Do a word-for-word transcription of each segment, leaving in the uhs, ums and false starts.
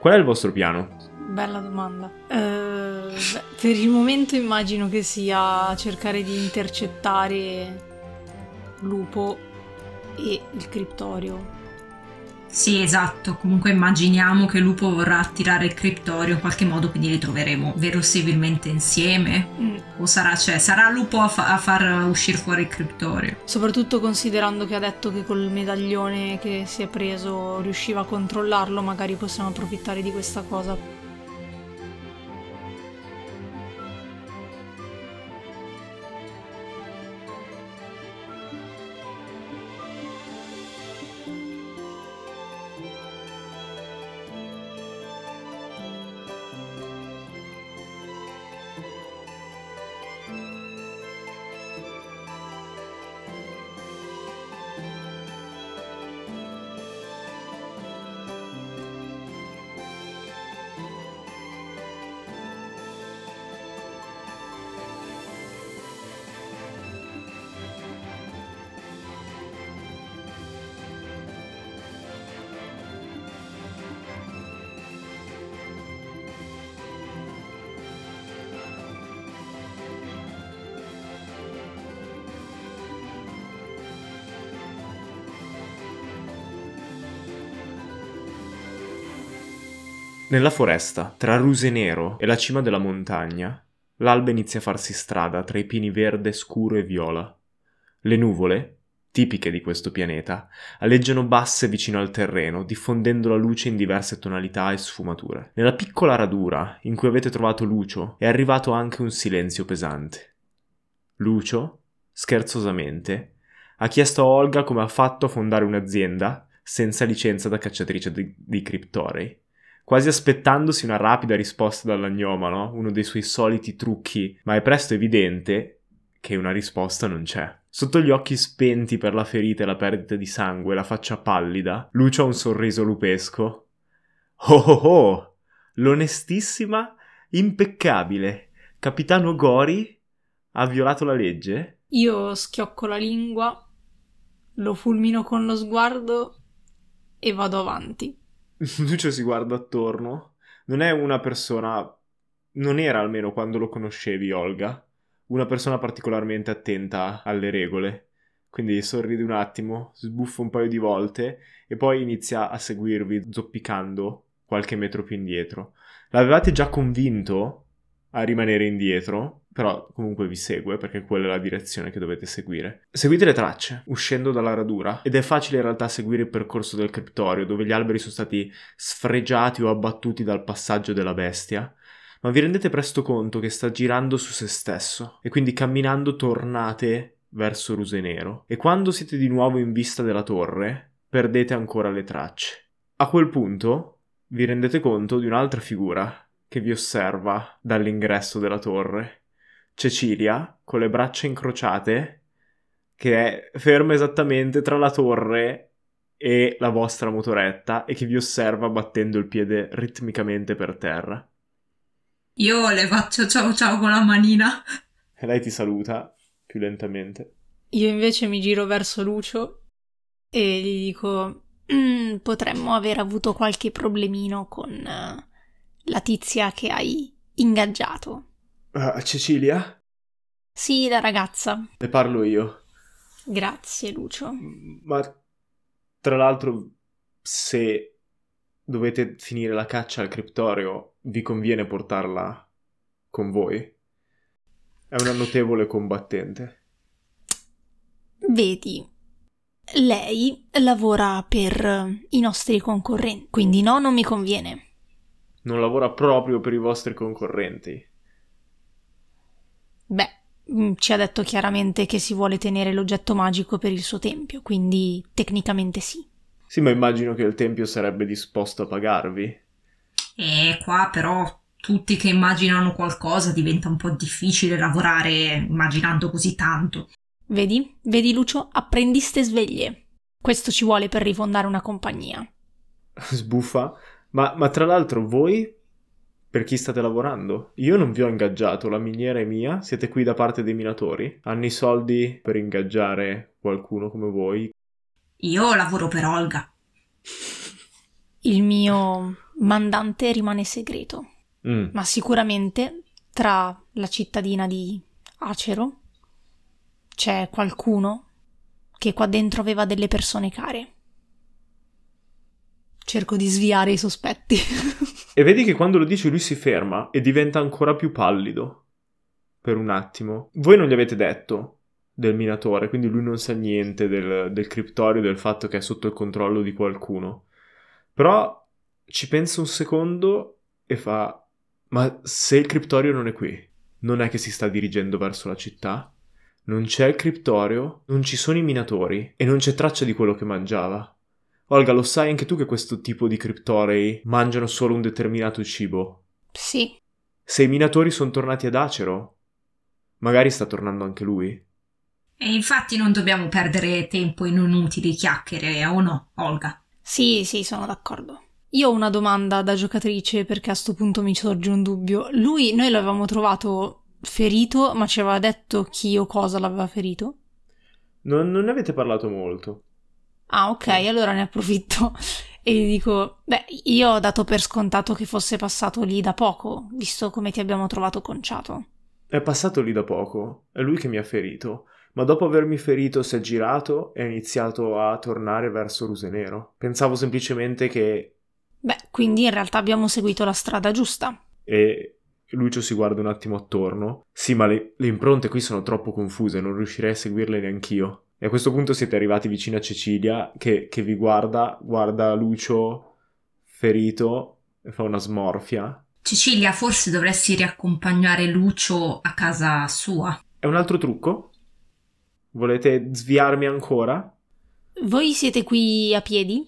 Qual è il vostro piano? Bella domanda. Eh, beh, per il momento immagino che sia cercare di intercettare Lupo e il criptorio. Sì, esatto. Comunque immaginiamo che Lupo vorrà attirare il criptorio in qualche modo, quindi li troveremo verosimilmente insieme. Mm. O sarà, cioè, sarà Lupo a, fa- a far uscire fuori il criptorio. Soprattutto considerando che ha detto che col medaglione che si è preso riusciva a controllarlo, magari possiamo approfittare di questa cosa. Nella foresta, tra Rusenero e la cima della montagna, l'alba inizia a farsi strada tra i pini verde scuro e viola. Le nuvole, tipiche di questo pianeta, aleggiano basse vicino al terreno, diffondendo la luce in diverse tonalità e sfumature. Nella piccola radura in cui avete trovato Lucio è arrivato anche un silenzio pesante. Lucio, scherzosamente, ha chiesto a Olga come ha fatto a fondare un'azienda senza licenza da cacciatrice di, di criptorei, quasi aspettandosi una rapida risposta dall'agnomalo, uno dei suoi soliti trucchi, ma è presto evidente che una risposta non c'è. Sotto gli occhi spenti per la ferita e la perdita di sangue, la faccia pallida, Lucio ha un sorriso lupesco. Oh oh oh! L'onestissima, impeccabile Capitano Gori ha violato la legge? Io schiocco la lingua, lo fulmino con lo sguardo e vado avanti. Lucio si guarda attorno. Non è una persona... Non era, almeno quando lo conoscevi, Olga, una persona particolarmente attenta alle regole. Quindi sorride un attimo, sbuffa un paio di volte e poi inizia a seguirvi zoppicando qualche metro più indietro. L'avevate già convinto a rimanere indietro, però comunque vi segue perché quella è la direzione che dovete seguire. Seguite le tracce, uscendo dalla radura, ed è facile in realtà seguire il percorso del criptorio, dove gli alberi sono stati sfregiati o abbattuti dal passaggio della bestia, ma vi rendete presto conto che sta girando su se stesso, e quindi camminando tornate verso Rusenero, e quando siete di nuovo in vista della torre, perdete ancora le tracce. A quel punto vi rendete conto di un'altra figura che vi osserva dall'ingresso della torre. Cecilia, con le braccia incrociate, che è ferma esattamente tra la torre e la vostra motoretta e che vi osserva battendo il piede ritmicamente per terra. Io le faccio ciao ciao con la manina. E lei ti saluta più lentamente. Io invece mi giro verso Lucio e gli dico: mm, potremmo aver avuto qualche problemino con uh, la tizia che hai ingaggiato. Uh, Cecilia? Sì, la ragazza. Ne parlo io. Grazie, Lucio. Ma tra l'altro, se dovete finire la caccia al criptorio, vi conviene portarla con voi. È una notevole combattente. Vedi, lei lavora per i nostri concorrenti, quindi no, non mi conviene. Non lavora proprio per i vostri concorrenti. Beh, ci ha detto chiaramente che si vuole tenere l'oggetto magico per il suo tempio, quindi tecnicamente sì. Sì, ma immagino che il tempio sarebbe disposto a pagarvi. E qua però tutti che immaginano qualcosa diventa un po' difficile lavorare immaginando così tanto. Vedi? Vedi, Lucio? Apprendiste sveglie. Questo ci vuole per rifondare una compagnia. Sbuffa. Ma, ma tra l'altro voi, per chi state lavorando? Io non vi ho ingaggiato, la miniera è mia, siete qui da parte dei minatori? Hanno i soldi per ingaggiare qualcuno come voi? Io lavoro per Olga. Il mio mandante rimane segreto. Mm. Ma sicuramente tra la cittadina di Acero c'è qualcuno che qua dentro aveva delle persone care. Cerco di sviare i sospetti. E vedi che quando lo dici lui si ferma e diventa ancora più pallido. Per un attimo. Voi non gli avete detto del minatore, quindi lui non sa niente del, del criptorio, del fatto che è sotto il controllo di qualcuno. Però ci pensa un secondo e fa: ma se il criptorio non è qui, non è che si sta dirigendo verso la città? Non c'è il criptorio, non ci sono i minatori e non c'è traccia di quello che mangiava. Olga, lo sai anche tu che questo tipo di criptorei mangiano solo un determinato cibo? Sì. Se i minatori sono tornati ad Acero, magari sta tornando anche lui. E infatti non dobbiamo perdere tempo in inutili chiacchiere, o no, Olga? Sì, sì, sono d'accordo. Io ho una domanda da giocatrice, perché a sto punto mi sorge un dubbio. Lui, noi l'avevamo trovato ferito, ma ci aveva detto chi o cosa l'aveva ferito? Non, non ne avete parlato molto. Ah, ok, allora ne approfitto e gli dico: beh, io ho dato per scontato che fosse passato lì da poco, visto come ti abbiamo trovato conciato. È passato lì da poco, è lui che mi ha ferito, ma dopo avermi ferito si è girato e ha iniziato a tornare verso Rusenero. Pensavo semplicemente che... Beh, quindi in realtà abbiamo seguito la strada giusta. E Lucio si guarda un attimo attorno. Sì, ma le, le impronte qui sono troppo confuse, non riuscirei a seguirle neanch'io. E a questo punto siete arrivati vicino a Cecilia, che, che vi guarda, guarda Lucio ferito e fa una smorfia. Cecilia, forse dovresti riaccompagnare Lucio a casa sua. È un altro trucco? Volete sviarmi ancora? Voi siete qui a piedi?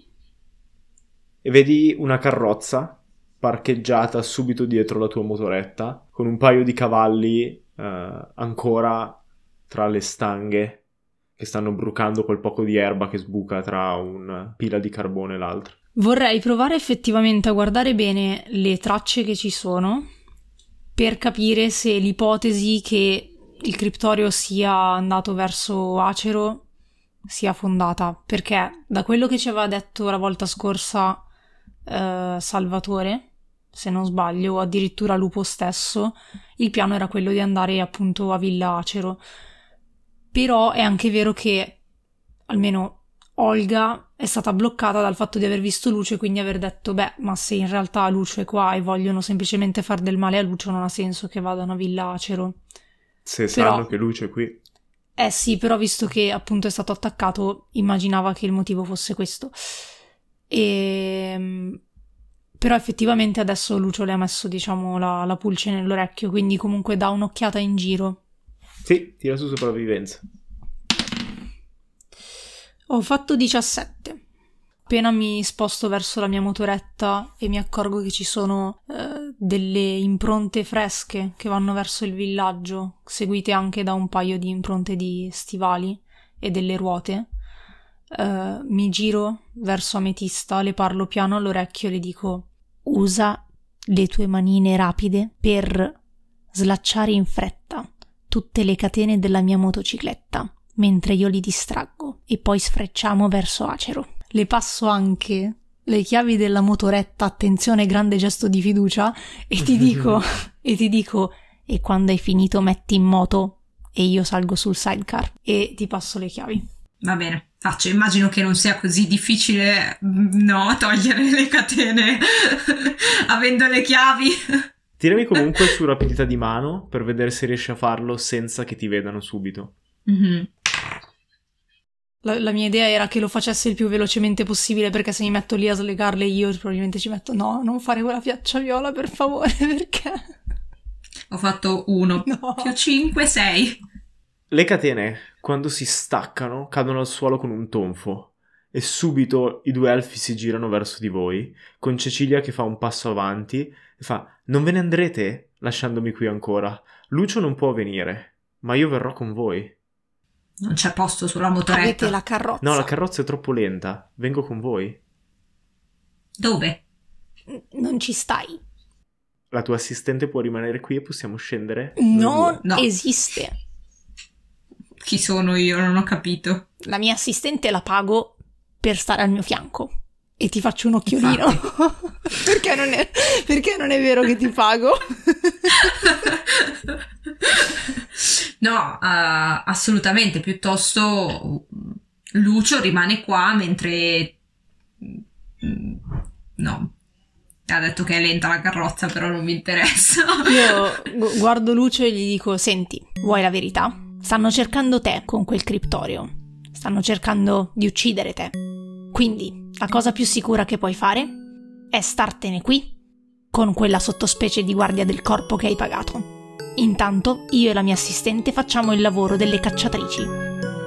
E vedi una carrozza parcheggiata subito dietro la tua motoretta, con un paio di cavalli eh, ancora tra le stanghe, che stanno brucando quel poco di erba che sbuca tra una pila di carbone e l'altra. Vorrei provare effettivamente a guardare bene le tracce che ci sono per capire se l'ipotesi che il criptorio sia andato verso Acero sia fondata, perché da quello che ci aveva detto la volta scorsa eh, Salvatore, se non sbaglio, o addirittura Lupo stesso, il piano era quello di andare appunto a Villa Acero. Però è anche vero che almeno Olga è stata bloccata dal fatto di aver visto Lucio e quindi aver detto: beh, ma se in realtà Lucio è qua e vogliono semplicemente far del male a Lucio, non ha senso che vadano a Villa Acero. Se Però, sanno che Lucio è qui. Eh sì, però visto che appunto è stato attaccato, immaginava che il motivo fosse questo. E... Però effettivamente adesso Lucio le ha messo, diciamo, la, la pulce nell'orecchio, quindi comunque dà un'occhiata in giro. Sì, tira su sopravvivenza. Ho fatto diciassette. Appena mi sposto verso la mia motoretta e mi accorgo che ci sono eh, delle impronte fresche che vanno verso il villaggio, seguite anche da un paio di impronte di stivali e delle ruote. Eh, mi giro verso Ametista, le parlo piano all'orecchio e le dico: usa le tue manine rapide per slacciare in fretta tutte le catene della mia motocicletta mentre io li distraggo e poi sfrecciamo verso Acero. Le passo anche le chiavi della motoretta, attenzione, grande gesto di fiducia, e ti dico e ti dico e quando hai finito metti in moto e io salgo sul sidecar e ti passo le chiavi. Va bene, faccio, immagino che non sia così difficile, no, togliere le catene avendo le chiavi. Tirami comunque su rapidità di mano per vedere se riesci a farlo senza che ti vedano subito. Mm-hmm. La, la mia idea era che lo facesse il più velocemente possibile, perché se mi metto lì a slegarle io probabilmente ci metto: no, non fare quella fiaccia viola per favore, perché... Ho fatto uno, no. più cinque, sei. Le catene, quando si staccano, cadono al suolo con un tonfo e subito i due elfi si girano verso di voi, con Cecilia che fa un passo avanti e fa: non ve ne andrete lasciandomi qui ancora? Lucio non può venire, ma io verrò con voi. Non c'è posto sulla motoretta. Avete la carrozza. No, la carrozza è troppo lenta, vengo con voi. Dove? Non ci stai. La tua assistente può rimanere qui e possiamo scendere? Non No. esiste. Chi sono io? Non ho capito. La mia assistente la pago per stare al mio fianco. e ti faccio un occhiolino. perché, non è, perché non è vero che ti pago? No, uh, assolutamente, piuttosto Lucio rimane qua mentre... No, ha detto che è lenta la carrozza, però non mi interessa. Io guardo Lucio e gli dico: senti, vuoi la verità? Stanno cercando te con quel criptorio. Stanno cercando di uccidere te. Quindi, la cosa più sicura che puoi fare è startene qui con quella sottospecie di guardia del corpo che hai pagato. Intanto, io e la mia assistente facciamo il lavoro delle cacciatrici.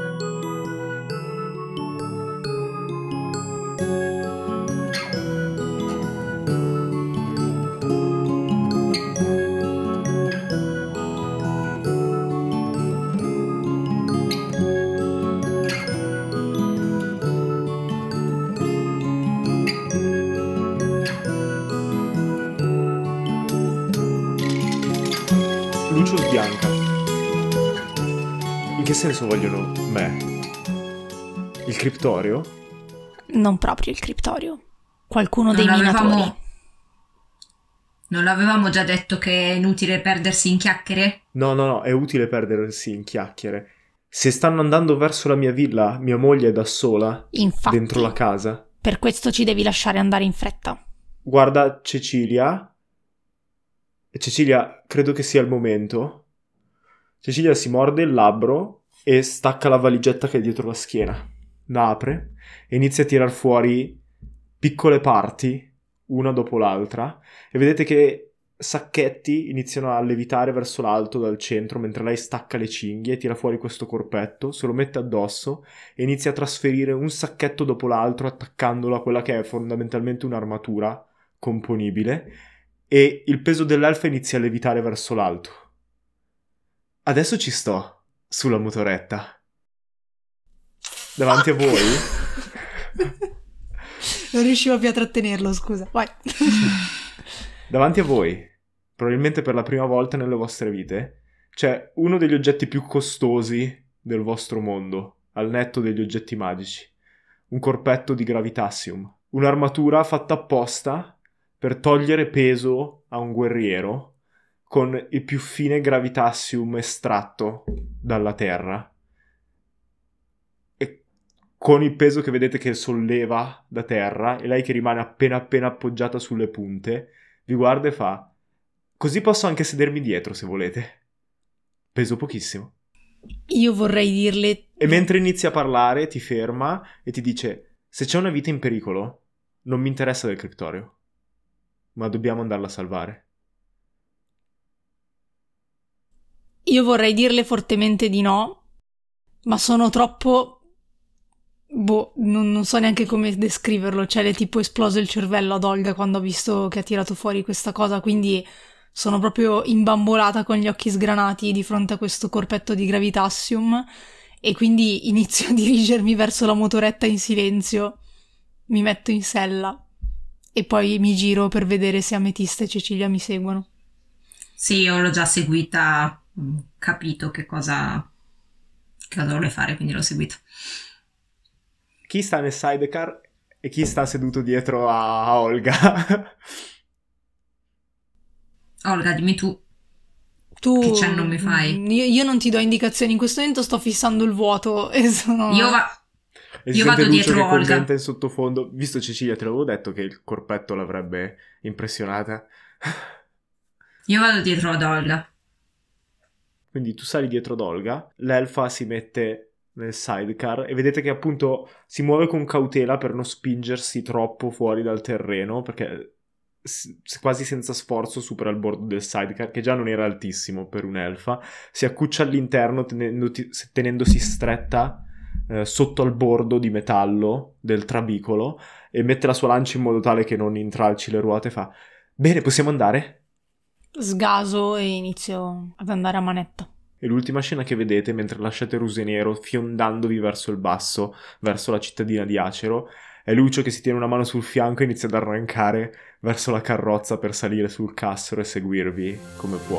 Lucio sbianca. In che senso vogliono me? Il criptorio? Non proprio il criptorio. Qualcuno Non dei avevamo- minatori. Non l'avevamo già detto che è inutile perdersi in chiacchiere? No, no, no, è utile perdersi in chiacchiere. Se stanno andando verso la mia villa, mia moglie è da sola, Infatti, dentro la casa. per questo ci devi lasciare andare in fretta. Guarda Cecilia. E Cecilia, credo che sia il momento. Cecilia si morde il labbro e stacca la valigetta che è dietro la schiena. La apre e inizia a tirar fuori piccole parti, una dopo l'altra, e vedete che sacchetti iniziano a levitare verso l'alto dal centro mentre lei stacca le cinghie, tira fuori questo corpetto, se lo mette addosso e inizia a trasferire un sacchetto dopo l'altro attaccandolo a quella che è fondamentalmente un'armatura componibile, e il peso dell'elfa inizia a levitare verso l'alto. Adesso ci sto sulla motoretta davanti a voi. Non riuscivo più a trattenerlo, scusa. Vai. Davanti a voi, probabilmente per la prima volta nelle vostre vite, c'è uno degli oggetti più costosi del vostro mondo, al netto degli oggetti magici. Un corpetto di Gravitassium. Un'armatura fatta apposta per togliere peso a un guerriero con il più fine Gravitassium estratto dalla Terra. E con il peso che vedete che solleva da terra, e lei che rimane appena appena appoggiata sulle punte, vi guarda e fa: così posso anche sedermi dietro se volete. Peso pochissimo. Io vorrei dirle... E mentre inizia a parlare ti ferma e ti dice: se c'è una vita in pericolo, non mi interessa del criptorio, ma dobbiamo andarla a salvare. Io vorrei dirle fortemente di no, ma sono troppo... Boh, non, non so neanche come descriverlo, cioè le tipo esploso il cervello ad Olga quando ho visto che ha tirato fuori questa cosa, quindi sono proprio imbambolata con gli occhi sgranati di fronte a questo corpetto di Gravitassium, e quindi inizio a dirigermi verso la motoretta in silenzio, mi metto in sella e poi mi giro per vedere se Ametista e Cecilia mi seguono. Sì, io l'ho già seguita, ho capito che cosa, che cosa vuole fare, quindi l'ho seguita. Chi sta nel sidecar e chi sta seduto dietro a, a Olga? Olga, dimmi tu. Tu... Che cenno mi fai? Io, io non ti do indicazioni, in questo momento sto fissando il vuoto e sono... Io, va- E si io sente vado Lucio dietro che Olga. commenta in sottofondo. Visto Cecilia, te l'avevo detto che il corpetto l'avrebbe impressionata. Io vado dietro ad Olga. Quindi tu sali dietro ad Olga, l'elfa si mette nel sidecar e vedete che appunto si muove con cautela per non spingersi troppo fuori dal terreno, perché s- quasi senza sforzo supera il bordo del sidecar, che già non era altissimo per un'elfa, si accuccia all'interno tenendoti- tenendosi stretta eh, sotto al bordo di metallo del trabicolo, e mette la sua lancia in modo tale che non intralci le ruote e fa: bene, possiamo andare? Sgaso e inizio ad andare a manetta. E l'ultima scena che vedete mentre lasciate Rusenero fiondandovi verso il basso, verso la cittadina di Acero, è Lucio che si tiene una mano sul fianco e inizia ad arrancare verso la carrozza per salire sul cassero e seguirvi come può.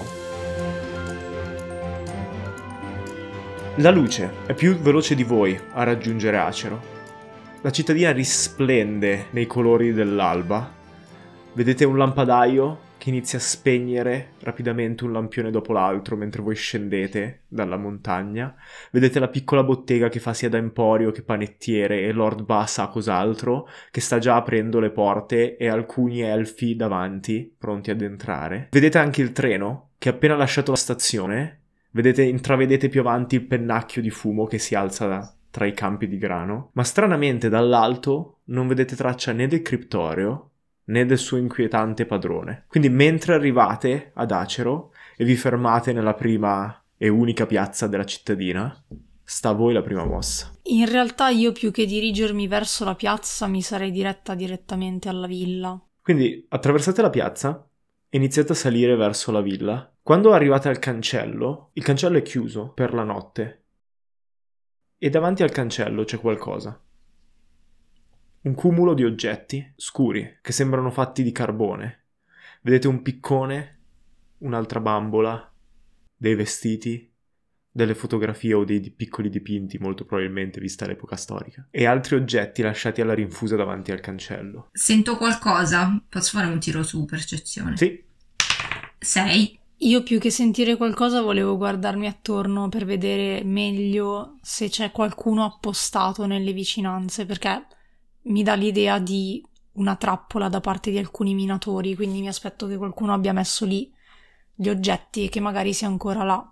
La luce è più veloce di voi a raggiungere Acero. La cittadina risplende nei colori dell'alba. Vedete un lampadaio che inizia a spegnere rapidamente un lampione dopo l'altro mentre voi scendete dalla montagna. Vedete la piccola bottega che fa sia da emporio che panettiere e Lord Ba sa cos'altro, che sta già aprendo le porte e alcuni elfi davanti, pronti ad entrare. Vedete anche il treno che appena lasciato la stazione, vedete, intravedete più avanti il pennacchio di fumo che si alza da, tra i campi di grano, ma stranamente dall'alto non vedete traccia né del criptoreo né del suo inquietante padrone. Quindi mentre arrivate ad Acero e vi fermate nella prima e unica piazza della cittadina, sta a voi la prima mossa. In realtà io più che dirigermi verso la piazza mi sarei diretta direttamente alla villa. Quindi attraversate la piazza e iniziate a salire verso la villa. Quando arrivate al cancello, il cancello è chiuso per la notte e davanti al cancello c'è qualcosa. Un cumulo di oggetti scuri che sembrano fatti di carbone. Vedete un piccone, un'altra bambola, dei vestiti, delle fotografie o dei piccoli dipinti, molto probabilmente vista l'epoca storica, e altri oggetti lasciati alla rinfusa davanti al cancello. Sento qualcosa? Posso fare un tiro su percezione? Sì. Sei. Io più che sentire qualcosa volevo guardarmi attorno per vedere meglio se c'è qualcuno appostato nelle vicinanze, perché mi dà l'idea di una trappola da parte di alcuni minatori, quindi mi aspetto che qualcuno abbia messo lì gli oggetti e che magari sia ancora là.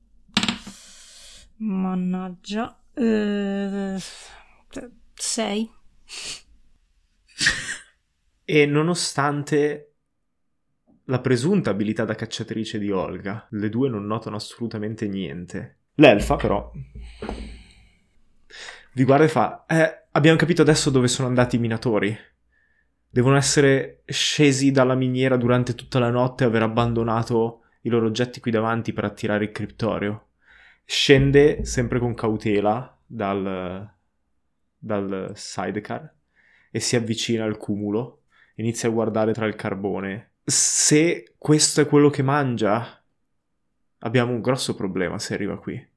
Mannaggia. Uh, sei. E nonostante la presunta abilità da cacciatrice di Olga, le due non notano assolutamente niente. L'elfa, però, vi guarda e fa: Eh, abbiamo capito adesso dove sono andati i minatori. Devono essere scesi dalla miniera durante tutta la notte e aver abbandonato i loro oggetti qui davanti per attirare il criptorio. Scende sempre con cautela dal, dal sidecar e si avvicina al cumulo. Inizia a guardare tra il carbone. Se questo è quello che mangia, abbiamo un grosso problema se arriva qui.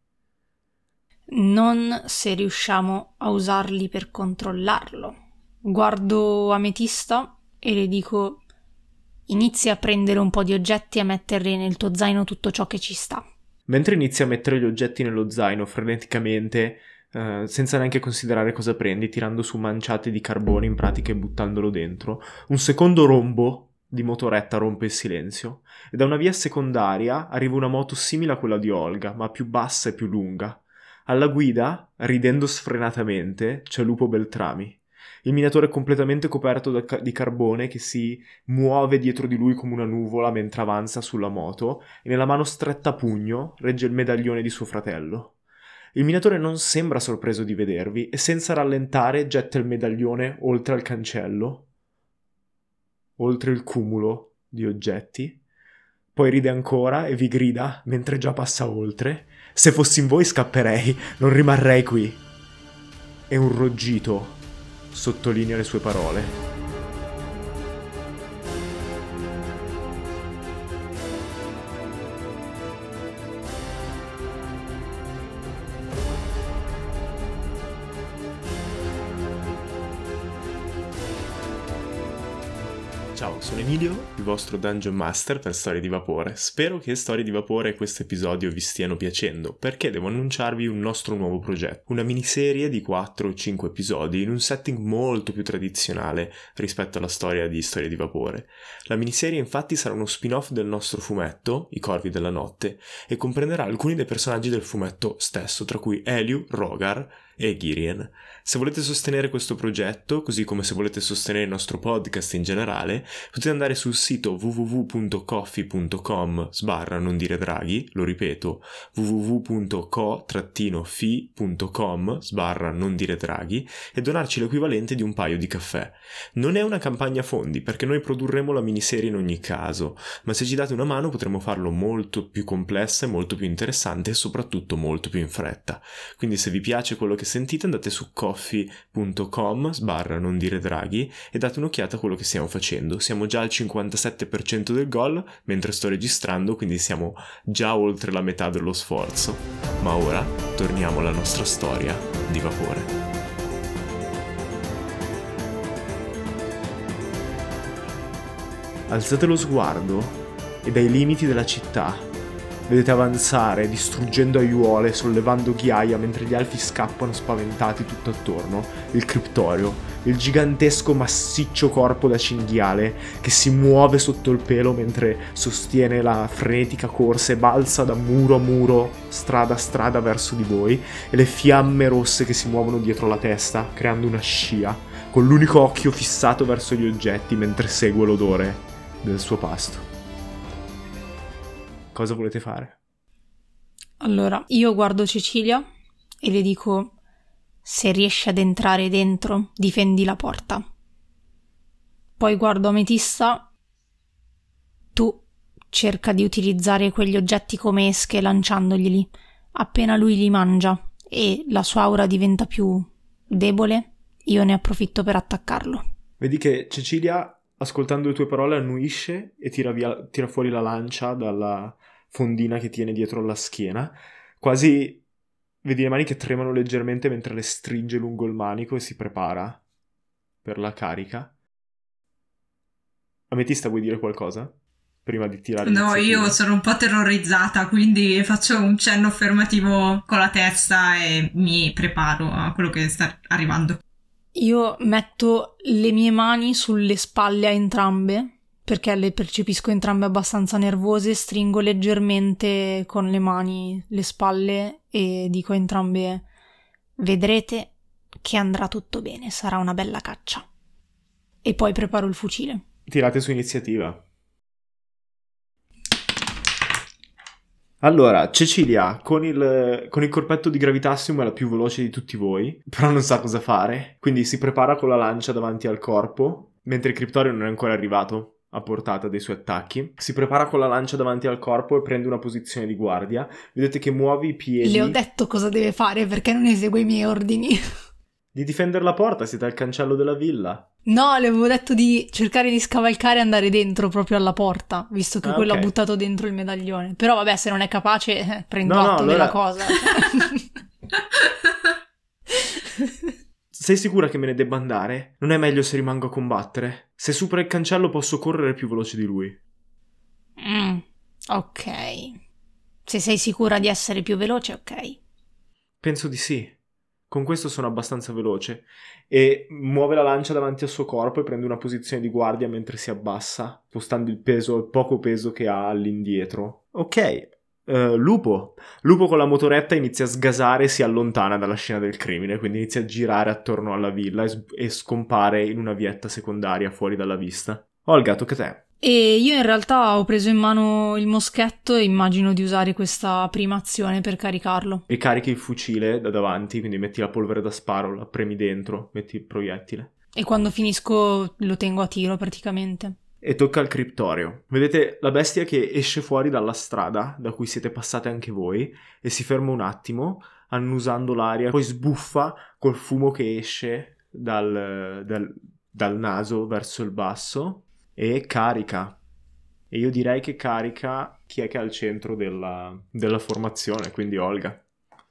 Non se riusciamo a usarli per controllarlo. Guardo Ametista e le dico: inizia a prendere un po' di oggetti e a metterli nel tuo zaino tutto ciò che ci sta. Mentre inizia a mettere gli oggetti nello zaino freneticamente, eh, senza neanche considerare cosa prendi, tirando su manciate di carbone in pratica e buttandolo dentro, un secondo rombo di motoretta rompe il silenzio e da una via secondaria arriva una moto simile a quella di Olga, ma più bassa e più lunga. Alla guida, ridendo sfrenatamente, c'è Lupo Beltrami. Il minatore è completamente coperto da ca- di carbone che si muove dietro di lui come una nuvola mentre avanza sulla moto e nella mano stretta a pugno regge il medaglione di suo fratello. Il minatore non sembra sorpreso di vedervi e senza rallentare getta il medaglione oltre al cancello, oltre il cumulo di oggetti. Poi ride ancora e vi grida mentre già passa oltre: se fossi in voi scapperei, non rimarrei qui. E un ruggito sottolinea le sue parole. Ciao, sono Emilio, il vostro Dungeon Master per Storie di Vapore. Spero che Storie di Vapore e questo episodio vi stiano piacendo, perché devo annunciarvi un nostro nuovo progetto. Una miniserie di quattro o cinque episodi in un setting molto più tradizionale rispetto alla storia di Storie di Vapore. La miniserie infatti sarà uno spin-off del nostro fumetto, I Corvi della Notte, e comprenderà alcuni dei personaggi del fumetto stesso, tra cui Eliu, Rogar e Girien. Se volete sostenere questo progetto, così come se volete sostenere il nostro podcast in generale, potete andare sul sito w w w punto coffee punto com sbarra non dire draghi, lo ripeto, w w w punto co fi punto com sbarra non dire draghi, e donarci l'equivalente di un paio di caffè. Non è una campagna fondi, perché noi produrremo la miniserie in ogni caso, ma se ci date una mano potremo farlo molto più complessa e molto più interessante e soprattutto molto più in fretta. Quindi se vi piace quello che sentite, andate su coffee punto com sbarra non dire draghi e date un'occhiata a quello che stiamo facendo. Siamo già al cinquantasette per cento del goal mentre sto registrando, quindi siamo già oltre la metà dello sforzo. Ma ora torniamo alla nostra storia di vapore. Alzate lo sguardo e dai limiti della città vedete avanzare, distruggendo aiuole, sollevando ghiaia mentre gli elfi scappano spaventati tutto attorno, il criptorio, il gigantesco massiccio corpo da cinghiale che si muove sotto il pelo mentre sostiene la frenetica corsa e balza da muro a muro, strada a strada verso di voi, e le fiamme rosse che si muovono dietro la testa, creando una scia, con l'unico occhio fissato verso gli oggetti mentre segue l'odore del suo pasto. Cosa volete fare? Allora, io guardo Cecilia e le dico: se riesci ad entrare dentro, difendi la porta. Poi guardo Ametista: tu cerca di utilizzare quegli oggetti come esche lanciandoglieli. Appena lui li mangia e la sua aura diventa più debole, io ne approfitto per attaccarlo. Vedi che Cecilia, ascoltando le tue parole, annuisce e tira, via, tira fuori la lancia dalla fondina che tiene dietro la schiena. Quasi vedi le mani che tremano leggermente mentre le stringe lungo il manico e si prepara per la carica. Ametista, vuoi dire qualcosa? Prima di tirare No, l'iniziativa? io sono un po' terrorizzata, quindi faccio un cenno affermativo con la testa e mi preparo a quello che sta arrivando. Io metto le mie mani sulle spalle a entrambe, perché le percepisco entrambe abbastanza nervose, stringo leggermente con le mani le spalle e dico a entrambe: vedrete che andrà tutto bene, sarà una bella caccia. E poi preparo il fucile. Tirate su iniziativa. Allora, Cecilia, con il, con il corpetto di Gravitassium è la più veloce di tutti voi, però non sa cosa fare, quindi si prepara con la lancia davanti al corpo, mentre il Criptorio non è ancora arrivato a portata dei suoi attacchi. Si prepara con la lancia davanti al corpo e prende una posizione di guardia. Vedete che muove i piedi. Le ho detto cosa deve fare, perché non esegue i miei ordini. Di difendere la porta, siete al cancello della villa. No, le avevo detto di cercare di scavalcare e andare dentro proprio alla porta, visto che Ah, quello ok. ha buttato dentro il medaglione. Però vabbè, se non è capace, eh, prendo No, no, atto allora- della cosa. Sei sicura che me ne debba andare? Non è meglio se rimango a combattere? Se supera il cancello posso correre più veloce di lui. Mm, ok. Se sei sicura di essere più veloce, ok. Penso di sì. Con questo sono abbastanza veloce. E muove la lancia davanti al suo corpo e prende una posizione di guardia mentre si abbassa, spostando il peso, il poco peso che ha all'indietro. Ok. Uh, Lupo. Lupo con la motoretta inizia a sgasare e si allontana dalla scena del crimine, quindi inizia a girare attorno alla villa e, s- e scompare in una vietta secondaria fuori dalla vista. Olga, tocca a te. E io in realtà ho preso in mano il moschetto e immagino di usare questa prima azione per caricarlo. Ricarichi il fucile da davanti, quindi metti la polvere da sparo, la premi dentro, metti il proiettile. E quando finisco lo tengo a tiro praticamente. E tocca al criptorio. Vedete la bestia che esce fuori dalla strada da cui siete passate anche voi e si ferma un attimo, annusando l'aria, poi sbuffa col fumo che esce dal, dal, dal naso verso il basso e carica. E io direi che carica chi è che è al centro della, della formazione, quindi Olga.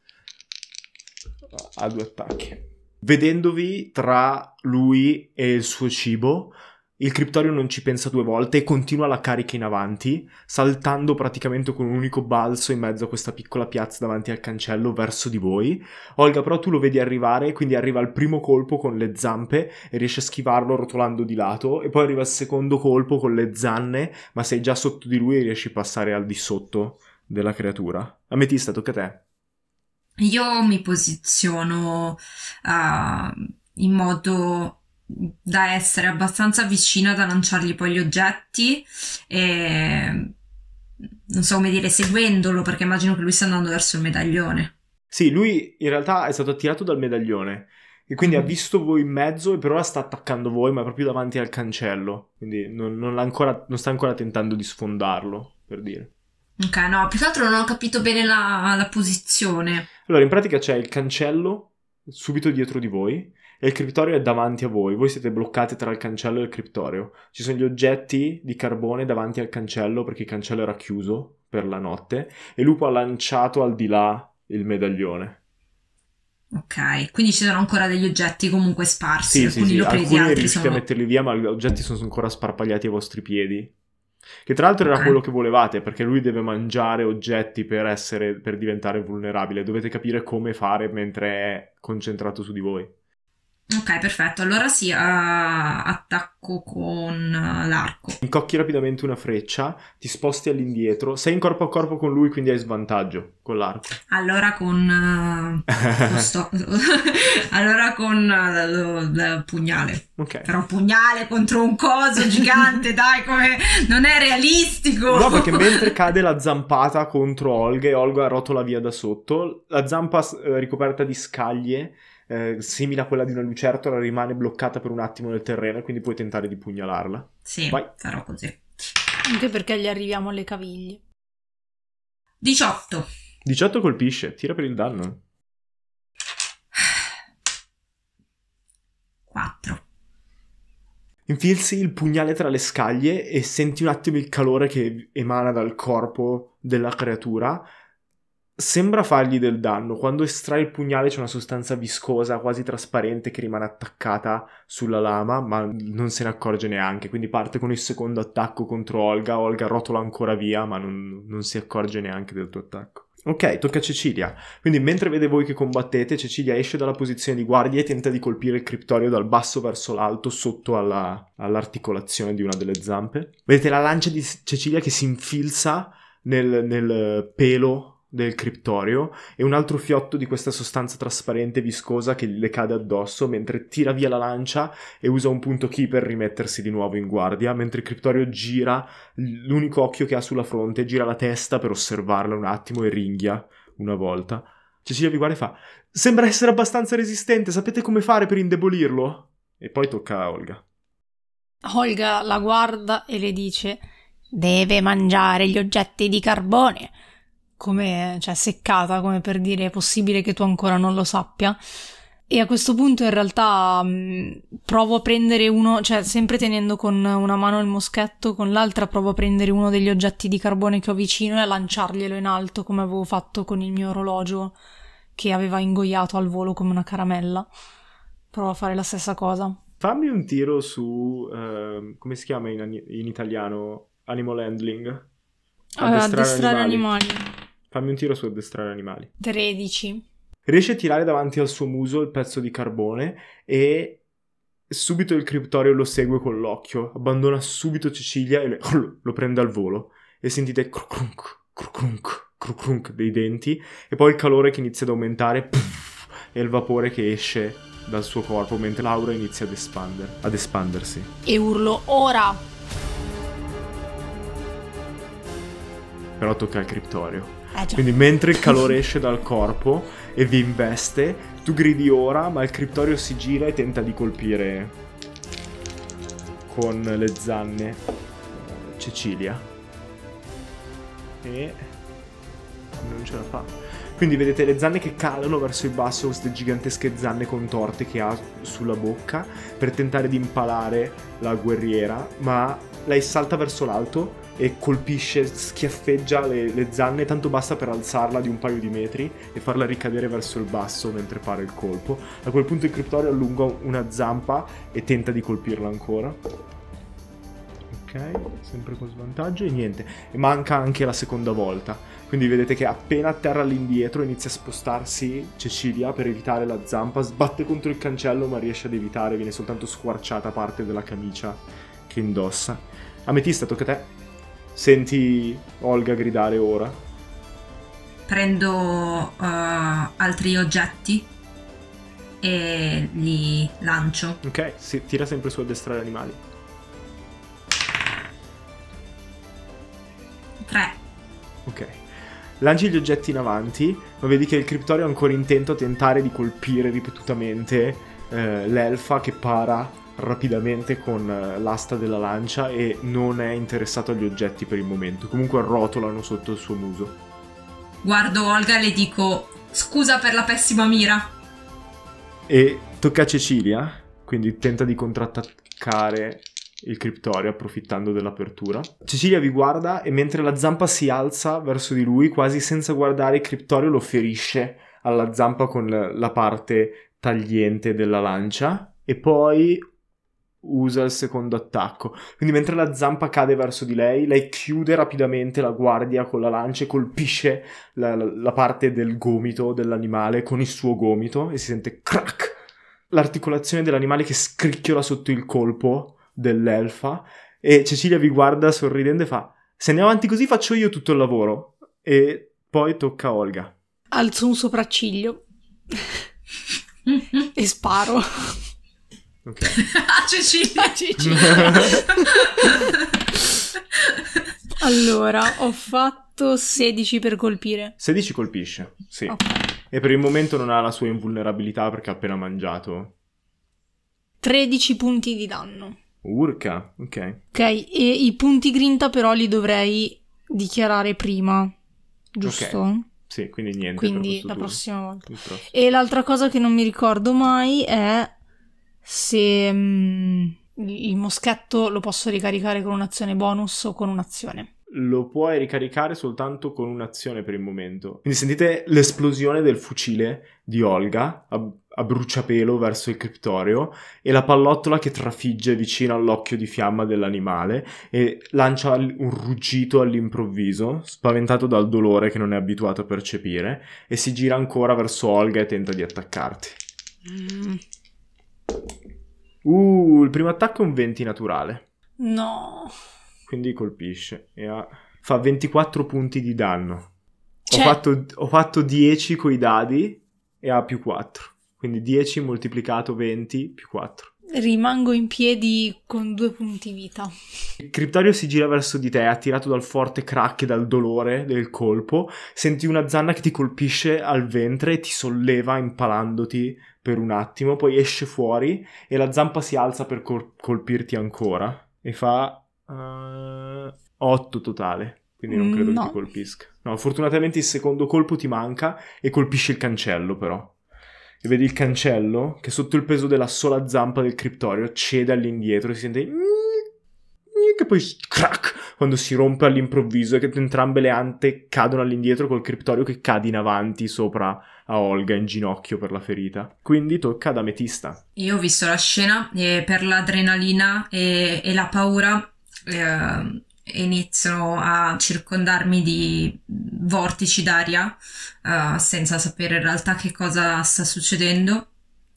Ha due attacchi. Vedendovi tra lui e il suo cibo, il criptorio non ci pensa due volte e continua la carica in avanti, saltando praticamente con un unico balzo in mezzo a questa piccola piazza davanti al cancello verso di voi. Olga, però tu lo vedi arrivare, quindi arriva il primo colpo con le zampe e riesce a schivarlo rotolando di lato, e poi arriva il secondo colpo con le zanne, ma sei già sotto di lui e riesci a passare al di sotto della creatura. Ametista, tocca a te. Io mi posiziono uh, in modo da essere abbastanza vicina da lanciargli poi gli oggetti e non so come dire, seguendolo, perché immagino che lui stia andando verso il medaglione. Sì, lui in realtà è stato attirato dal medaglione e quindi Mhm. ha visto voi in mezzo e per ora sta attaccando voi, ma è proprio davanti al cancello, quindi non, non, l'ha ancora, non sta ancora tentando di sfondarlo, per dire. Ok, no, più che altro non ho capito bene la, la posizione. Allora, in pratica c'è il cancello subito dietro di voi e il criptorio è davanti a voi. Voi siete bloccati tra il cancello e il criptorio. Ci sono gli oggetti di carbone davanti al cancello perché il cancello era chiuso per la notte e Lupo ha lanciato al di là il medaglione. Ok, quindi ci sono ancora degli oggetti comunque sparsi, Sì, alcuni sì, sì, l'ho presi, alcuni altri riuscite sono... a metterli via, ma gli oggetti sono ancora sparpagliati ai vostri piedi. Che tra l'altro era Ok. quello che volevate, perché lui deve mangiare oggetti per essere, per diventare vulnerabile. Dovete capire come fare mentre è concentrato su di voi. Ok, perfetto. Allora sì, ah, attacco con ah, l'arco. Incocchi rapidamente una freccia, ti sposti all'indietro, sei in corpo a corpo con lui, quindi hai svantaggio con l'arco. Allora con uh, lo sto... allora con uh, il pugnale. Ok. Però un pugnale contro un coso gigante, dai, come non è realistico. No, perché mentre cade la zampata contro Olga e Olga rotola via da sotto, la zampa eh, ricoperta di scaglie, eh, simile a quella di una lucertola, rimane bloccata per un attimo nel terreno e quindi puoi tentare di pugnalarla. Sì, Vai. farò così. Anche perché gli arriviamo alle caviglie. diciotto. diciotto colpisce, tira per il danno. quattro. Infilzi il pugnale tra le scaglie e senti un attimo il calore che emana dal corpo della creatura. Sembra fargli del danno. Quando estrai il pugnale c'è una sostanza viscosa, quasi trasparente, che rimane attaccata sulla lama, ma non se ne accorge neanche. Quindi parte con il secondo attacco contro Olga. Olga rotola ancora via, ma non, non si accorge neanche del tuo attacco. Ok, tocca a Cecilia. Quindi mentre vede voi che combattete, Cecilia esce dalla posizione di guardia e tenta di colpire il criptorio dal basso verso l'alto, sotto alla, all'articolazione di una delle zampe. Vedete la lancia di Cecilia che si infilza nel, nel pelo del criptorio e un altro fiotto di questa sostanza trasparente viscosa che le cade addosso mentre tira via la lancia e usa un punto key per rimettersi di nuovo in guardia, mentre il criptorio gira l'unico occhio che ha sulla fronte, gira la testa per osservarla un attimo e ringhia una volta. Cecilia vi guarda e fa: sembra essere abbastanza resistente, sapete come fare per indebolirlo? E poi tocca a Olga. Olga la guarda e le dice: deve mangiare gli oggetti di carbone. Come, cioè, seccata, come per dire: è possibile che tu ancora non lo sappia? E a questo punto in realtà mh, provo a prendere uno, cioè sempre tenendo con una mano il moschetto, con l'altra provo a prendere uno degli oggetti di carbone che ho vicino e a lanciarglielo in alto come avevo fatto con il mio orologio che aveva ingoiato al volo come una caramella. Provo a fare la stessa cosa. Fammi un tiro su, uh, come si chiama in, in italiano? Animal handling? Addestrare, addestrare animali. animali. Fammi un tiro su addestrare animali. tredici. Riesce a tirare davanti al suo muso il pezzo di carbone e subito il criptorio lo segue con l'occhio. Abbandona subito Cecilia e le, lo prende al volo. E sentite crunk, crunk, crunk dei denti e poi il calore che inizia ad aumentare puff, e il vapore che esce dal suo corpo mentre l'aura inizia ad, espander, ad espandersi. E urlo: ora! Però tocca al criptorio. Eh già. Quindi mentre il calore esce dal corpo e vi investe, tu gridi ora, ma il criptorio si gira e tenta di colpire con le zanne Cecilia. E non ce la fa. Quindi vedete le zanne che calano verso il basso, queste gigantesche zanne contorte che ha sulla bocca per tentare di impalare la guerriera, ma lei salta verso l'alto e colpisce, schiaffeggia le, le zanne, tanto basta per alzarla di un paio di metri e farla ricadere verso il basso mentre para il colpo. A quel punto il criptorio allunga una zampa e tenta di colpirla ancora. Ok, sempre con svantaggio e niente. E manca anche la seconda volta. Quindi vedete che appena atterra all'indietro inizia a spostarsi Cecilia per evitare la zampa, sbatte contro il cancello ma riesce ad evitare, viene soltanto squarciata parte della camicia che indossa. Ametista, tocca a te. Senti Olga gridare ora. Prendo uh, altri oggetti e li lancio. Ok, si tira sempre su addestrare animali. Tre. Ok. Lanci gli oggetti in avanti, ma vedi che il criptorio è ancora intento a tentare di colpire ripetutamente eh, l'elfa che para rapidamente con l'asta della lancia e non è interessato agli oggetti per il momento. Comunque rotolano sotto il suo muso. Guardo Olga e le dico: scusa per la pessima mira. E tocca a Cecilia, quindi tenta di contrattaccare il criptorio approfittando dell'apertura. Cecilia vi guarda e mentre la zampa si alza verso di lui, quasi senza guardare, il criptorio lo ferisce alla zampa con la parte tagliente della lancia e poi usa il secondo attacco. Quindi mentre la zampa cade verso di lei, lei chiude rapidamente la guardia con la lancia e colpisce la, la parte del gomito dell'animale con il suo gomito e si sente crack! L'articolazione dell'animale che scricchiola sotto il colpo dell'elfa e Cecilia vi guarda sorridendo e fa: se andiamo avanti così faccio io tutto il lavoro. E poi tocca a Olga. Alzo un sopracciglio e sparo. Ok. A Cecilia. A Cecilia. Allora, ho fatto sedici per colpire. sedici colpisce, sì. Ok. E per il momento non ha la sua invulnerabilità perché ha appena mangiato. tredici punti di danno. Urca, ok. Ok, e i punti grinta però li dovrei dichiarare prima, giusto? Ok. Sì, quindi niente. Quindi per la questo prossima volta. turno. E l'altra cosa che non mi ricordo mai è se mm, il moschetto lo posso ricaricare con un'azione bonus o con un'azione. Lo puoi ricaricare soltanto con un'azione per il momento. Quindi sentite l'esplosione del fucile di Olga a, a bruciapelo verso il criptorio e la pallottola che trafigge vicino all'occhio di fiamma dell'animale e lancia un ruggito all'improvviso, spaventato dal dolore che non è abituato a percepire, e si gira ancora verso Olga e tenta di attaccarti. Mm. Uh, il primo attacco è un venti naturale. No. Quindi colpisce e ha... fa ventiquattro punti di danno. Cioè... Ho, fatto, ho fatto dieci coi dadi e ha più quattro. Quindi dieci moltiplicato venti più quattro. Rimango in piedi con due punti vita. Il criptorio si gira verso di te, attirato dal forte crack e dal dolore del colpo. Senti una zanna che ti colpisce al ventre e ti solleva impalandoti per un attimo. Poi esce fuori e la zampa si alza per col- colpirti ancora. E fa... Uh, otto totale, quindi non credo no. che ti colpisca. No, fortunatamente il secondo colpo ti manca e colpisce il cancello però. E vedi il cancello che sotto il peso della sola zampa del criptorio cede all'indietro e si sente che poi crack quando si rompe all'improvviso e che entrambe le ante cadono all'indietro col criptorio che cade in avanti sopra a Olga in ginocchio per la ferita. Quindi tocca ad Ametista. Io ho visto la scena e per l'adrenalina e, e la paura eh, iniziano a circondarmi di vortici d'aria eh, senza sapere in realtà che cosa sta succedendo,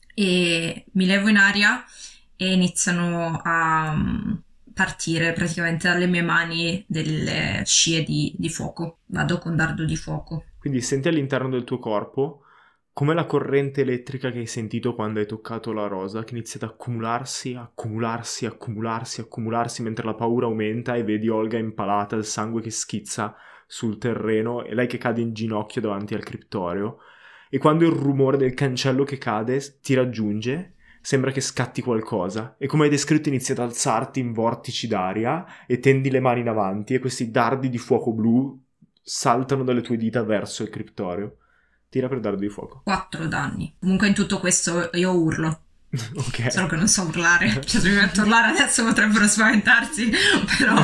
e mi levo in aria e iniziano a partire praticamente dalle mie mani delle scie di, di fuoco. Vado con dardo di fuoco. Quindi senti all'interno del tuo corpo come la corrente elettrica che hai sentito quando hai toccato la rosa, che inizia ad accumularsi, accumularsi, accumularsi, accumularsi, mentre la paura aumenta e vedi Olga impalata, il sangue che schizza sul terreno e lei che cade in ginocchio davanti al criptorio. E quando il rumore del cancello che cade ti raggiunge, sembra che scatti qualcosa e, come hai descritto, inizi ad alzarti in vortici d'aria e tendi le mani in avanti e questi dardi di fuoco blu saltano dalle tue dita verso il criptorio. Tira per dardo di fuoco. Quattro danni. Comunque in tutto questo io urlo. Ok. Solo che non so urlare. Cioè se mi metto a urlare adesso potrebbero spaventarsi, però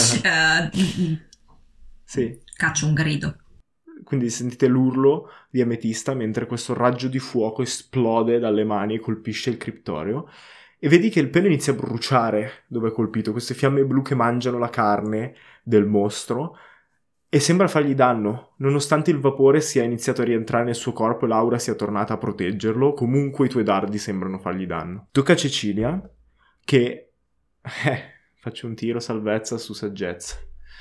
eh, sì. Caccio un grido. Quindi sentite l'urlo di Ametista mentre questo raggio di fuoco esplode dalle mani e colpisce il criptorio. E vedi che il pelo inizia a bruciare dove è colpito. Queste fiamme blu che mangiano la carne del mostro. E sembra fargli danno, nonostante il vapore sia iniziato a rientrare nel suo corpo e l'aura sia tornata a proteggerlo, comunque i tuoi dardi sembrano fargli danno. Tocca a Cecilia, che... Eh, faccio un tiro salvezza su saggezza.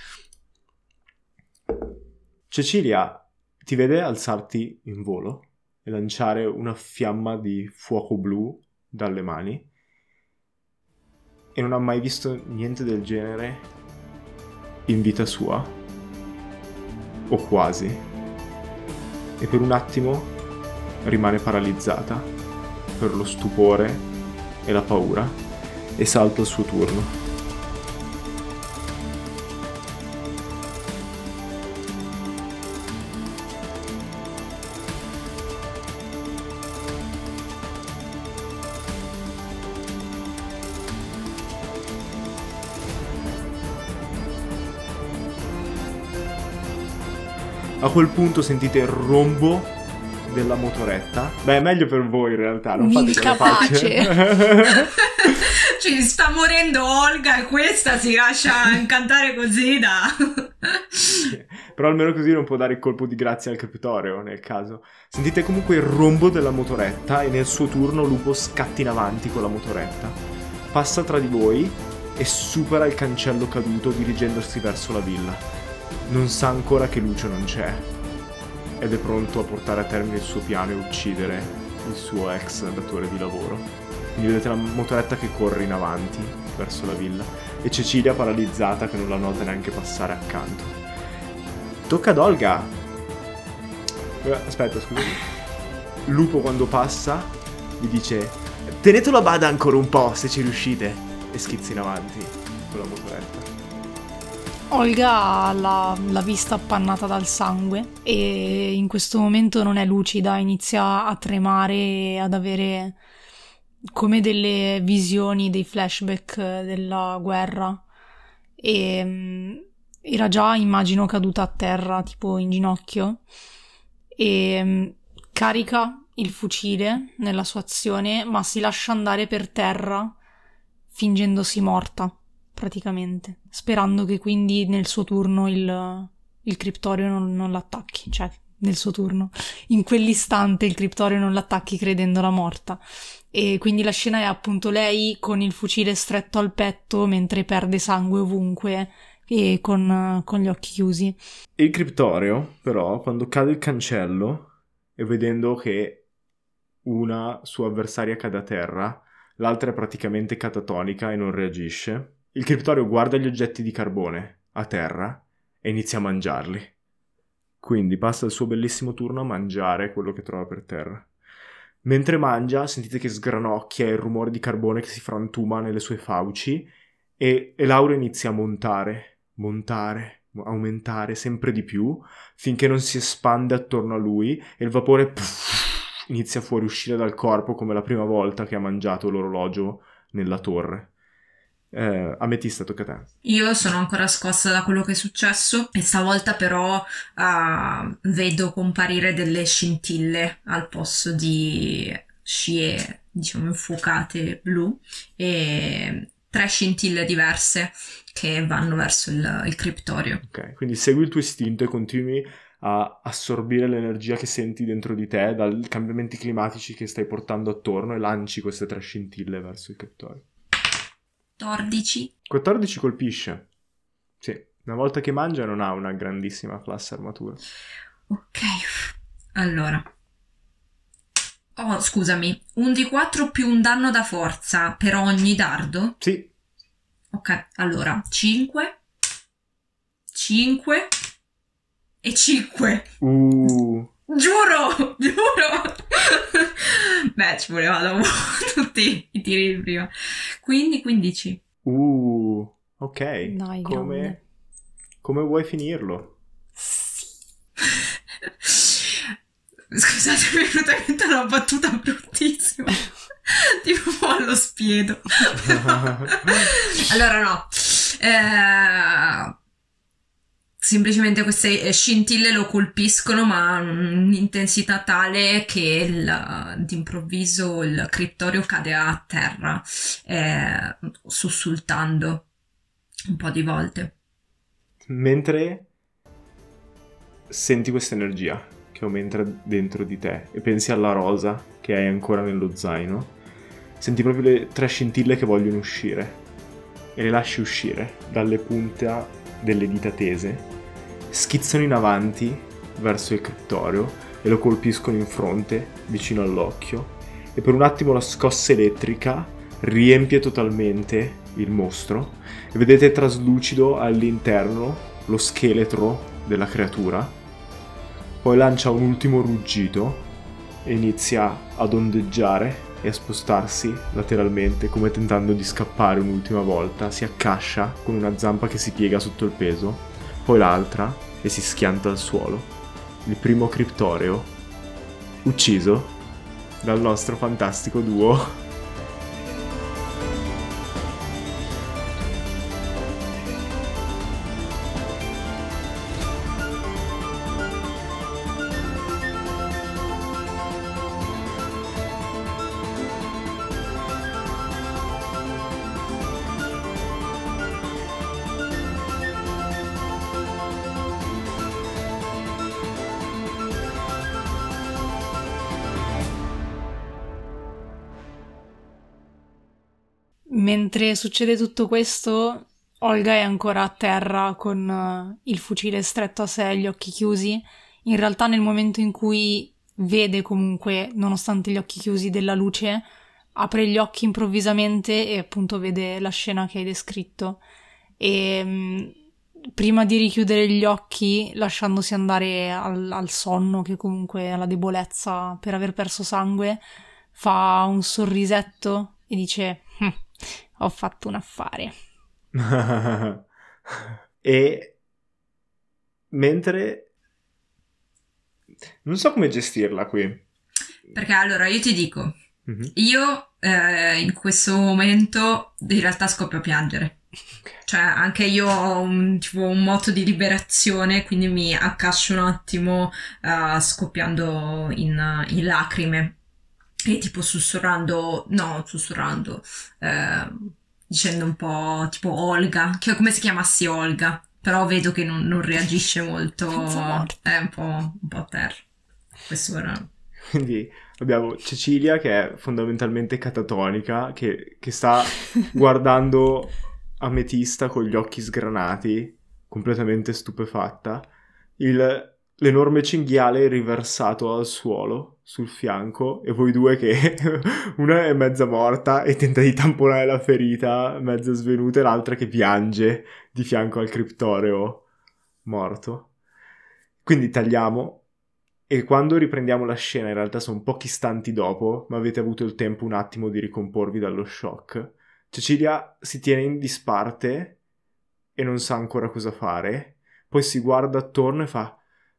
Cecilia ti vede alzarti in volo e lanciare una fiamma di fuoco blu dalle mani e non ha mai visto niente del genere in vita sua. O quasi, e per un attimo rimane paralizzata per lo stupore e la paura e salta il suo turno. A quel punto sentite il rombo della motoretta. Beh, è meglio per voi in realtà, non fate quelle Incapace. facce. Ci sta morendo Olga e questa si lascia incantare così da... Però almeno così non può dare il colpo di grazia al criptoreo nel caso. Sentite comunque il rombo della motoretta e nel suo turno Lupo scatta in avanti con la motoretta. Passa tra di voi e supera il cancello caduto dirigendosi verso la villa. Non sa ancora che Lucio non c'è ed è pronto a portare a termine il suo piano e uccidere il suo ex datore di lavoro. Quindi vedete la motoretta che corre in avanti verso la villa e Cecilia paralizzata che non la nota neanche passare accanto. Tocca ad Olga. Aspetta, scusami. Lupo quando passa gli dice: tenetelo a bada ancora un po' se ci riuscite, e schizza in avanti con la motoretta. Olga ha la, la vista appannata dal sangue e in questo momento non è lucida, inizia a tremare e ad avere come delle visioni, dei flashback della guerra e mh, era già, immagino, caduta a terra, tipo in ginocchio, e mh, carica il fucile nella sua azione, ma si lascia andare per terra fingendosi morta, praticamente, sperando che quindi nel suo turno il, il criptorio non, non l'attacchi, cioè nel suo turno, in quell'istante il criptorio non l'attacchi credendola morta. E quindi la scena è appunto lei con il fucile stretto al petto mentre perde sangue ovunque e con, con gli occhi chiusi. Il criptorio, però, quando cade il cancello e vedendo che una sua avversaria cade a terra, l'altra è praticamente catatonica e non reagisce, il criptorio guarda gli oggetti di carbone a terra e inizia a mangiarli. Quindi passa il suo bellissimo turno a mangiare quello che trova per terra. Mentre mangia sentite che sgranocchia il rumore di carbone che si frantuma nelle sue fauci e, e Laura inizia a montare, montare, aumentare sempre di più finché non si espande attorno a lui e il vapore puff, inizia a fuoriuscire dal corpo come la prima volta che ha mangiato l'orologio nella torre. Eh, Ametista, tocca a te. Io sono ancora scossa da quello che è successo e stavolta però uh, vedo comparire delle scintille al posto di scie, diciamo, infuocate blu e tre scintille diverse che vanno verso il, il criptorio. Ok, quindi segui il tuo istinto e continui a assorbire l'energia che senti dentro di te dai cambiamenti climatici che stai portando attorno e lanci queste tre scintille verso il criptorio. quattordici. quattordici colpisce. Sì, una volta che mangia non ha una grandissima classe armatura. Ok, allora. Oh, scusami, un D quattro più un danno da forza per ogni dardo? Sì. Ok, allora, cinque, cinque e cinque. Uh. Giuro, giuro. Beh, ci voleva dopo tutti i tiri di prima. Quindi quindici. Uh. Ok. Dai, come, grande. come vuoi finirlo? Scusate, mi è venuta in mente una battuta bruttissima. Tipo allo spiedo. Allora no. Eh... Semplicemente queste scintille lo colpiscono, ma un'intensità tale che il, d'improvviso il criptorio cade a terra, eh, sussultando un po' di volte. Mentre senti questa energia che aumenta dentro di te e pensi alla rosa che hai ancora nello zaino, senti proprio le tre scintille che vogliono uscire e le lasci uscire dalle punte delle dita tese, schizzano in avanti verso il criptorio e lo colpiscono in fronte, vicino all'occhio, e per un attimo la scossa elettrica riempie totalmente il mostro e vedete traslucido all'interno lo scheletro della creatura. Poi lancia un ultimo ruggito e inizia ad ondeggiare e a spostarsi lateralmente come tentando di scappare un'ultima volta. Si accascia con una zampa che si piega sotto il peso, poi l'altra, e si schianta al suolo. Il primo criptoreo ucciso dal nostro fantastico duo. mentre succede tutto questo, Olga è ancora a terra con uh, il fucile stretto a sé e gli occhi chiusi. In realtà nel momento in cui vede comunque, nonostante gli occhi chiusi, della luce, apre gli occhi improvvisamente e appunto vede la scena che hai descritto. E mh, prima di richiudere gli occhi, lasciandosi andare al, al sonno, che comunque alla debolezza per aver perso sangue, fa un sorrisetto e dice: hm, ho fatto un affare. E mentre non so come gestirla qui, perché allora io ti dico, mm-hmm. io eh, in questo momento in realtà scoppio a piangere. Cioè anche io ho un, tipo, un moto di liberazione, quindi mi accascio un attimo uh, scoppiando in, in lacrime e tipo sussurrando, no sussurrando, eh, dicendo un po' tipo Olga, che è come se chiamassi Olga, però vedo che non, non reagisce molto, è un po', un po' a terra. Questo era... Quindi abbiamo Cecilia che è fondamentalmente catatonica, che, che sta guardando Ametista con gli occhi sgranati, completamente stupefatta, il, l'enorme cinghiale riversato al suolo, sul fianco, e voi due che una è mezza morta e tenta di tamponare la ferita, mezza svenuta, e l'altra che piange di fianco al criptoreo morto. Quindi tagliamo, e quando riprendiamo la scena, in realtà sono pochi istanti dopo, ma avete avuto il tempo un attimo di ricomporvi dallo shock. Cecilia si tiene in disparte e non sa ancora cosa fare, poi si guarda attorno e fa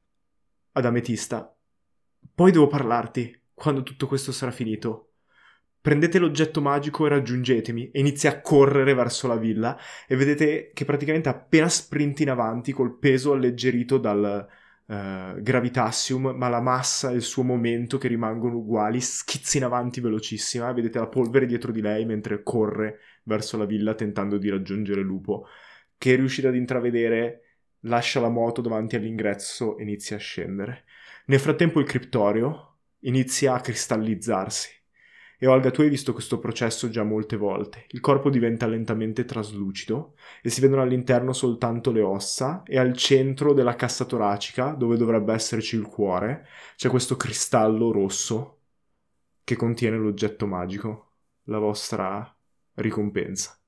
ad Ametista: poi devo parlarti quando tutto questo sarà finito. Prendete l'oggetto magico e raggiungetemi. E inizia a correre verso la villa e vedete che praticamente appena sprinta in avanti col peso alleggerito dal uh, gravitassium, ma la massa e il suo momento che rimangono uguali, schizza in avanti velocissima. Vedete la polvere dietro di lei mentre corre verso la villa tentando di raggiungere Lupo, che riuscite ad intravedere lascia la moto davanti all'ingresso e inizia a scendere. Nel frattempo il criptorio inizia a cristallizzarsi. E Olga, tu hai visto questo processo già molte volte. Il corpo diventa lentamente traslucido e si vedono all'interno soltanto le ossa, e al centro della cassa toracica, dove dovrebbe esserci il cuore, c'è questo cristallo rosso che contiene l'oggetto magico, la vostra ricompensa.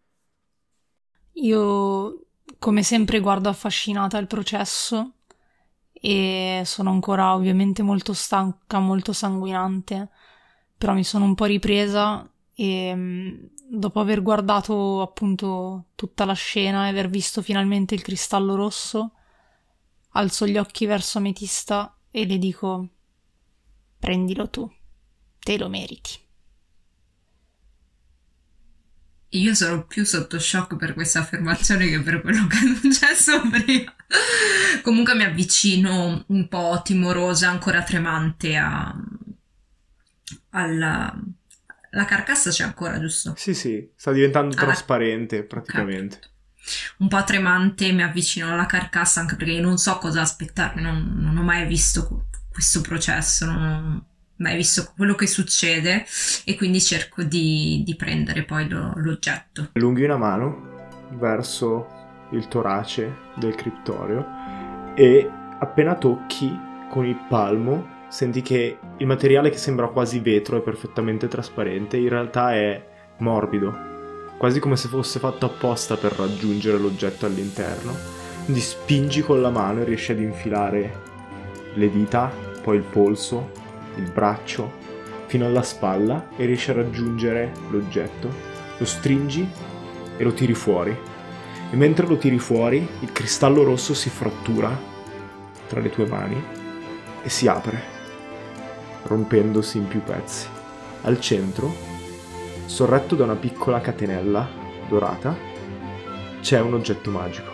Io, come sempre, guardo affascinata il processo e sono ancora ovviamente molto stanca, molto sanguinante, però mi sono un po' ripresa e dopo aver guardato appunto tutta la scena e aver visto finalmente il cristallo rosso, alzo gli occhi verso Ametista e le dico: prendilo tu, te lo meriti. Io sono più sotto shock per questa affermazione che per quello che è successo prima. Comunque mi avvicino un po' timorosa, ancora tremante a... alla... La carcassa c'è ancora, giusto? Sì, sì, sta diventando alla... trasparente praticamente. Okay. Un po' tremante mi avvicino alla carcassa, anche perché non so cosa aspettarmi, non, non ho mai visto questo processo, non ho mai visto quello che succede, e quindi cerco di, di prendere poi lo, l'oggetto. Allunghi una mano verso il torace del criptorio e appena tocchi con il palmo senti che il materiale, che sembra quasi vetro e perfettamente trasparente, in realtà è morbido, quasi come se fosse fatto apposta per raggiungere l'oggetto all'interno. Quindi spingi con la mano e riesci ad infilare le dita, poi il polso, il braccio, fino alla spalla, e riesci a raggiungere l'oggetto. Lo stringi e lo tiri fuori. E mentre lo tiri fuori, il cristallo rosso si frattura tra le tue mani e si apre, rompendosi in più pezzi. Al centro, sorretto da una piccola catenella dorata, c'è un oggetto magico.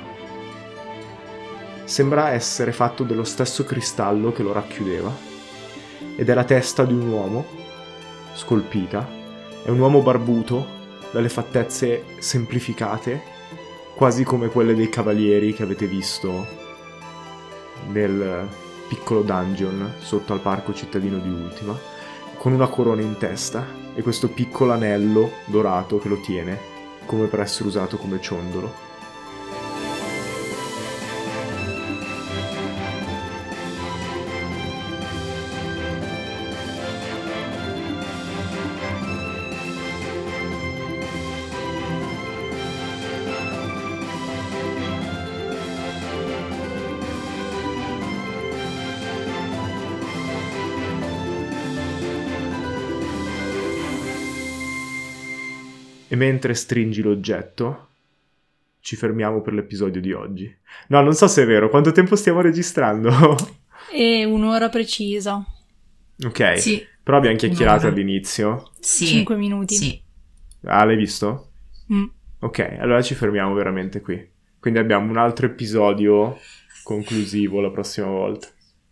Sembra essere fatto dello stesso cristallo che lo racchiudeva, ed è la testa di un uomo, scolpita. È un uomo barbuto, dalle fattezze semplificate, quasi come quelle dei cavalieri che avete visto nel piccolo dungeon sotto al parco cittadino di Ultima, con una corona in testa e questo piccolo anello dorato che lo tiene, come per essere usato come ciondolo. E mentre stringi l'oggetto, ci fermiamo per l'episodio di oggi. No, non so se è vero. Quanto tempo stiamo registrando? È un'ora precisa. Ok. Sì. Però abbiamo chiacchierato Un'ora. all'inizio. Sì. Cinque minuti. Sì. Ah, l'hai visto? Mm. Ok, allora ci fermiamo veramente qui. Quindi abbiamo un altro episodio conclusivo la prossima volta.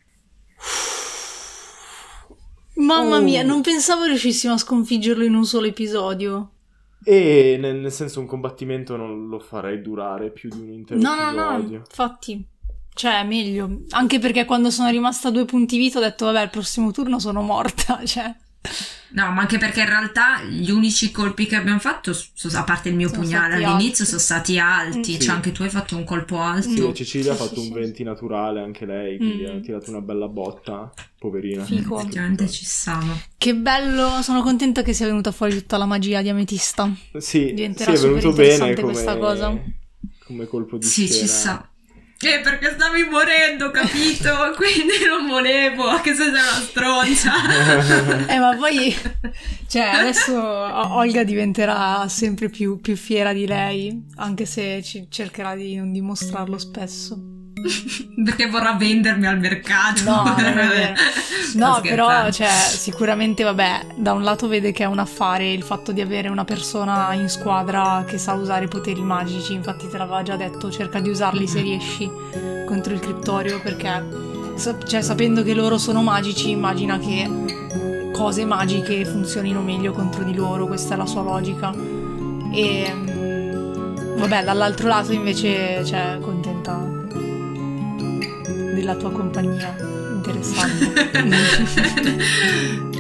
Mamma Oh. mia, non pensavo riuscissimo a sconfiggerlo in un solo episodio. E nel, nel senso un combattimento non lo farei durare più di un intero No, no, no, episodio. infatti, cioè è meglio. Anche perché quando sono rimasta a due punti vita ho detto, vabbè, il prossimo turno sono morta, cioè... No, ma anche perché in realtà gli unici colpi che abbiamo fatto, so- a parte il mio Sono pugnale stati all'inizio, alti. sono stati alti. Mm. Cioè, Sì. anche tu hai fatto un colpo alto. Sì, Mm. Cecilia ha Sì, fatto sì, un sì. venti naturale anche lei, quindi Mm. ha tirato una bella botta, poverina. Fico. Effettivamente ci stava. Che bello, sono contenta che sia venuta fuori tutta la magia di Ametista. Sì, Diventerà sì, è super venuto bene interessante come, questa cosa. come colpo di Sì, scena. ci sta. Eh, perché stavi morendo, capito? Quindi non volevo, anche se sei una stronza. Eh, ma poi, cioè, adesso Olga diventerà sempre più, più fiera di lei, anche se ci cercherà di non dimostrarlo spesso. Perché vorrà vendermi al mercato. No, non è vero. No, Sto però, scherzando. cioè, sicuramente, vabbè, da un lato vede che è un affare il fatto di avere una persona in squadra che sa usare poteri magici, infatti te l'aveva già detto, cerca di usarli se riesci contro il criptorio, perché, sa- cioè, sapendo che loro sono magici, immagina che cose magiche funzionino meglio contro di loro, questa è la sua logica. E, mm, vabbè, dall'altro lato invece, cioè, contenta della tua compagnia interessante.